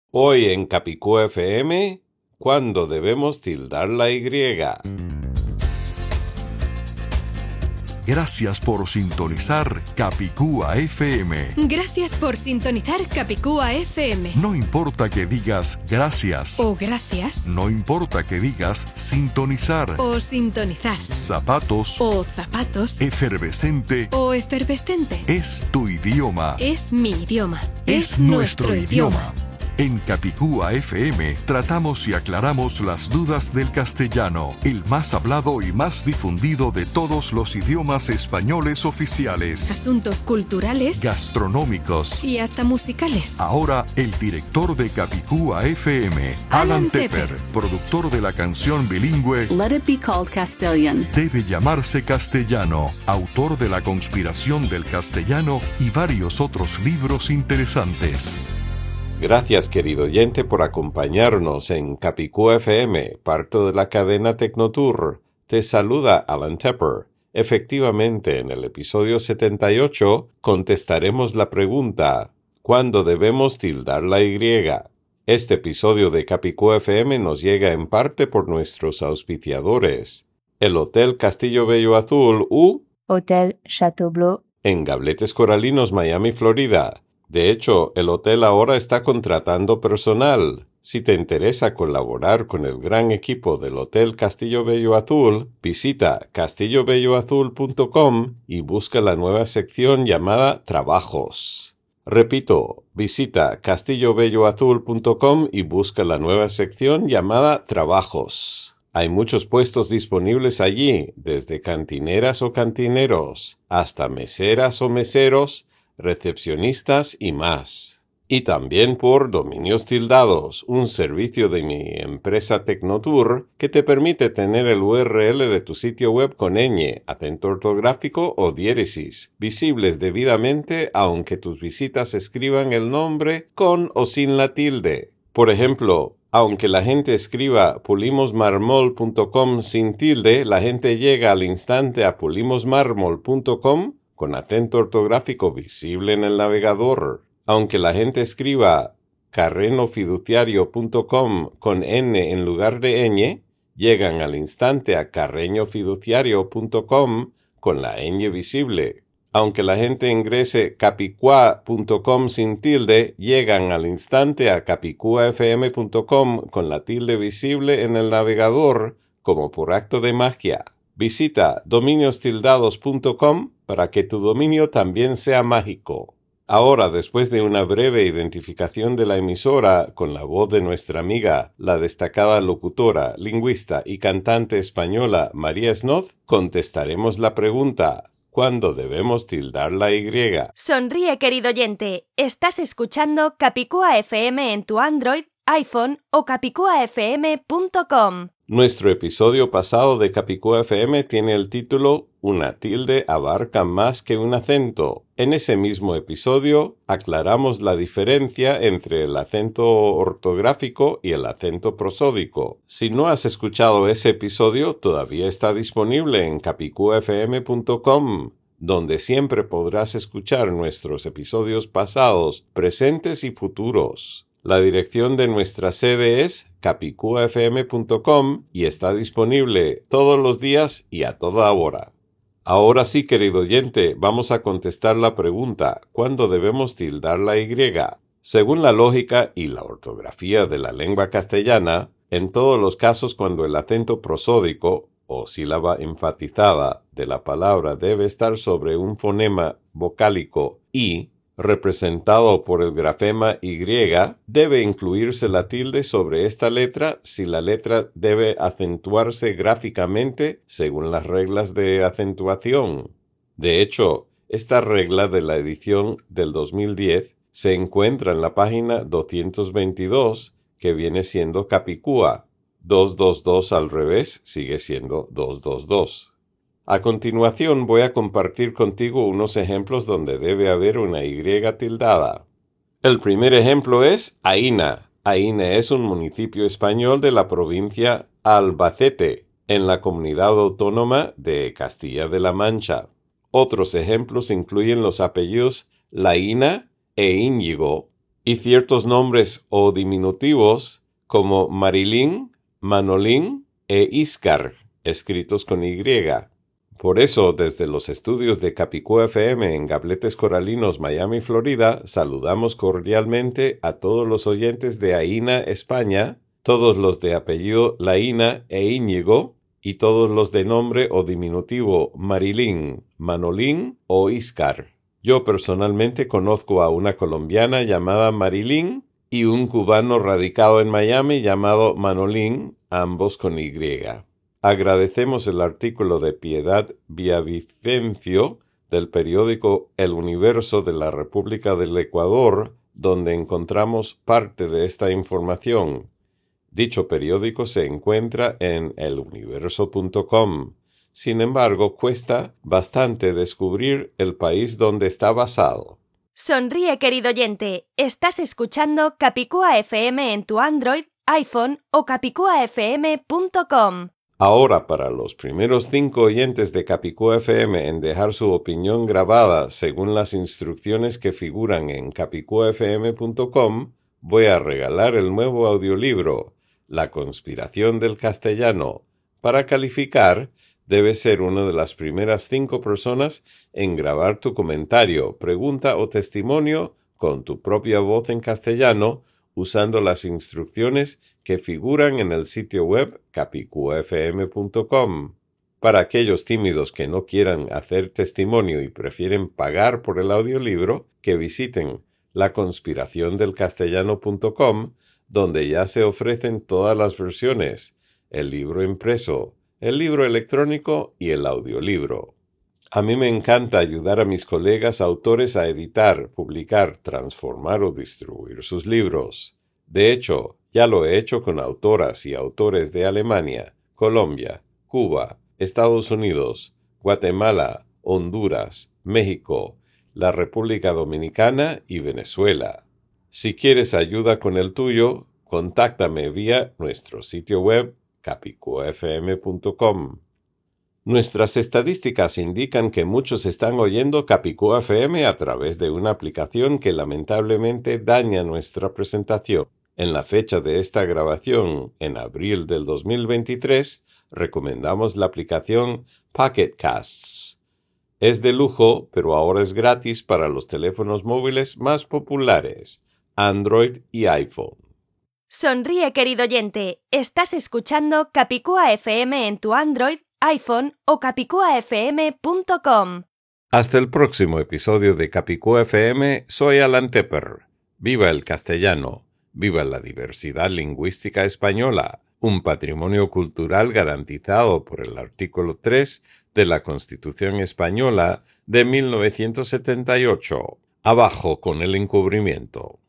Hoy en Capicúa FM, ¿cuándo debemos tildar la Y? Gracias por sintonizar Capicúa FM. Gracias por sintonizar Capicúa FM. No importa que digas gracias O gracias. No importa que digas sintonizar O sintonizar. Zapatos O zapatos. Efervescente O efervescente. Es tu idioma. Es mi idioma. Es nuestro idioma. En Capicúa FM tratamos y aclaramos las dudas del castellano, el más hablado y más difundido de todos los idiomas españoles oficiales, Asuntos culturales. gastronómicos. Y hasta musicales. Ahora, el director de Capicúa FM, Alan Tepper, productor de la canción bilingüe Let It Be Called Castellan. Debe llamarse castellano, autor de La conspiración del castellano y varios otros libros interesantes. Gracias, querido oyente, por acompañarnos en Capicúa FM, parte de la cadena Tecnotour. Te saluda Alan Tepper. Efectivamente, en el episodio 78 contestaremos la pregunta ¿cuándo debemos tildar la Y? Este episodio de Capicúa FM nos llega en parte por nuestros auspiciadores. El Hotel Castillo Bello Azul Hotel Chateau-Bleau en Gabletes Coralinos, Miami, Florida. De hecho, el hotel ahora está contratando personal. Si te interesa colaborar con el gran equipo del Hotel Castillo Bello Azul, visita castillobelloazul.com y busca la nueva sección llamada Trabajos. Repito, visita castillobelloazul.com y busca la nueva sección llamada Trabajos. Hay muchos puestos disponibles allí, desde cantineras o cantineros, hasta meseras o meseros, recepcionistas y más. Y también por Dominios Tildados, un servicio de mi empresa Tecnotour que te permite tener el URL de tu sitio web con ñ, acento ortográfico o diéresis, visibles debidamente aunque tus visitas escriban el nombre con o sin la tilde. Por ejemplo, aunque la gente escriba pulimosmarmol.com sin tilde, la gente llega al instante a pulimosmarmol.com con acento ortográfico visible en el navegador. Aunque la gente escriba carrenofiduciario.com con n en lugar de ñ, llegan al instante a carreñofiduciario.com con la ñ visible. Aunque la gente ingrese capicua.com sin tilde, llegan al instante a capicuafm.com con la tilde visible en el navegador, como por acto de magia. Visita dominiostildados.com para que tu dominio también sea mágico. Ahora, después de una breve identificación de la emisora con la voz de nuestra amiga, la destacada locutora, lingüista y cantante española María Snoz, contestaremos la pregunta ¿cuándo debemos tildar la Y? Sonríe, querido oyente. Estás escuchando Capicúa FM en tu Android, iPhone o capicuafm.com. Nuestro episodio pasado de Capicúa FM tiene el título Una tilde abarca más que un acento. En ese mismo episodio aclaramos la diferencia entre el acento ortográfico y el acento prosódico. Si no has escuchado ese episodio, todavía está disponible en capicuafm.com, donde siempre podrás escuchar nuestros episodios pasados, presentes y futuros. La dirección de nuestra sede es capicuafm.com y está disponible todos los días y a toda hora. Ahora sí, querido oyente, vamos a contestar la pregunta ¿cuándo debemos tildar la Y? Según la lógica y la ortografía de la lengua castellana, en todos los casos cuando el acento prosódico o sílaba enfatizada de la palabra debe estar sobre un fonema vocálico I, representado por el grafema Y, debe incluirse la tilde sobre esta letra si la letra debe acentuarse gráficamente según las reglas de acentuación. De hecho, esta regla de la edición del 2010 se encuentra en la página 222, que viene siendo Capicúa. 222 al revés sigue siendo 222. A continuación voy a compartir contigo unos ejemplos donde debe haber una Y tildada. El primer ejemplo es Aína. Aína es un municipio español de la provincia Albacete, en la comunidad autónoma de Castilla de la Mancha. Otros ejemplos incluyen los apellidos Laína e Íñigo. y ciertos nombres o diminutivos como Marilyn, Manolín e Íscar, escritos con Y. Por eso, desde los estudios de Capicúa FM en Gabletes Coralinos, Miami, Florida, saludamos cordialmente a todos los oyentes de AINA, España, todos los de apellido Laína e Íñigo, y todos los de nombre o diminutivo Marilyn, Manolín o Íscar. Yo personalmente conozco a una colombiana llamada Marilyn y un cubano radicado en Miami llamado Manolín, ambos con Y. Agradecemos el artículo de Piedad Villavicencio del periódico El Universo de la República del Ecuador, donde encontramos parte de esta información. Dicho periódico se encuentra en eluniverso.com. Sin embargo, cuesta bastante descubrir el país donde está basado. Sonríe, querido oyente. Estás escuchando Capicúa FM en tu Android, iPhone o capicuafm.com. Ahora, para los primeros 5 oyentes de Capicúa FM en dejar su opinión grabada según las instrucciones que figuran en capicuafm.com, voy a regalar el nuevo audiolibro La conspiración del castellano. Para calificar, debes ser una de las primeras 5 personas en grabar tu comentario, pregunta o testimonio con tu propia voz en castellano, usando las instrucciones que figuran en el sitio web capicuafm.com. Para aquellos tímidos que no quieran hacer testimonio y prefieren pagar por el audiolibro, que visiten laconspiraciondelcastellano.com, donde ya se ofrecen todas las versiones, el libro impreso, el libro electrónico y el audiolibro. A mí me encanta ayudar a mis colegas autores a editar, publicar, transformar o distribuir sus libros. De hecho, ya lo he hecho con autoras y autores de Alemania, Colombia, Cuba, Estados Unidos, Guatemala, Honduras, México, la República Dominicana y Venezuela. Si quieres ayuda con el tuyo, contáctame vía nuestro sitio web capicuafm.com. Nuestras estadísticas indican que muchos están oyendo Capicúa FM a través de una aplicación que lamentablemente daña nuestra presentación. En la fecha de esta grabación, en abril del 2023, recomendamos la aplicación Pocket Casts. Es de lujo, pero ahora es gratis para los teléfonos móviles más populares, Android y iPhone. Sonríe, querido oyente. Estás escuchando Capicúa FM en tu Android, iPhone o capicuafm.com. Hasta el próximo episodio de Capicúa FM, soy Alan Tepper. Viva el castellano, viva la diversidad lingüística española, un patrimonio cultural garantizado por el artículo 3 de la Constitución Española de 1978. Abajo con el encubrimiento.